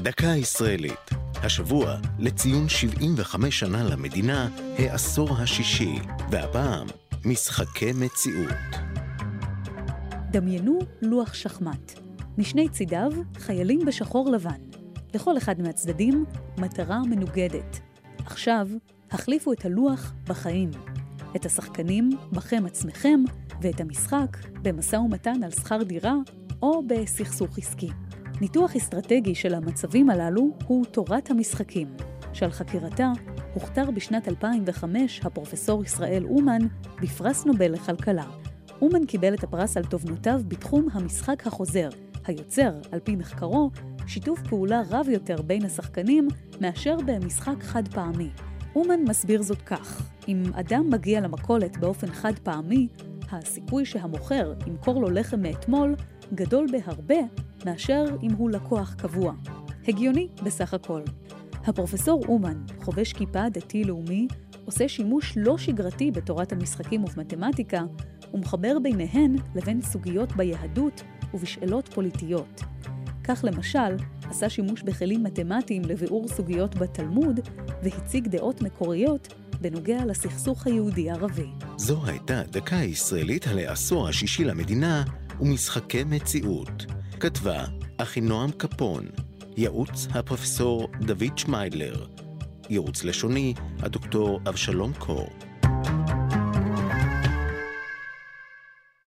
דקה ישראלית. השבוע לציון 75 שנה למדינה, העשור השישי, והפעם משחקי מציאות. דמיינו לוח שחמט. משני צידיו חיילים בשחור לבן. לכל אחד מהצדדים מטרה מנוגדת. עכשיו החליפו את הלוח בחיים. את השחקנים בכם עצמכם, ואת המשחק במשא ומתן על שכר דירה או בסכסוך עסקי. ניתוח אסטרטגי של המצבים הללו הוא תורת המשחקים, שעל חקירתה הוכתר בשנת 2005 הפרופסור ישראל אומן בפרס נובל לכלכלה. אומן קיבל את הפרס על תובנותיו בתחום המשחק החוזר, היוצר, על פי מחקרו, שיתוף פעולה רב יותר בין השחקנים מאשר במשחק חד פעמי. אומן מסביר זאת כך: אם אדם מגיע למכולת באופן חד פעמי, הסיכוי שהמוכר ימכור לו לחם מאתמול גדול בהרבה מאשר אם הוא לקוח קבוע. הגיוני בסך הכל. הפרופסור אומן, חובש כיפה דתי-לאומי, עושה שימוש לא שגרתי בתורת המשחקים ובמתמטיקה, ומחבר ביניהן לבין סוגיות ביהדות ובשאלות פוליטיות. כך למשל, עשה שימוש בכלים מתמטיים לביאור סוגיות בתלמוד, והציג דעות מקוריות בנוגע לסכסוך היהודי-ערבי. זו הייתה דקה ישראלית על העשור השישי למדינה ומשחקי מציאות. כתבה אחינועם קפון, ייעוץ הפרופסור דוד שמיידלר, ייעוץ לשוני הדוקטור אבשלום קור.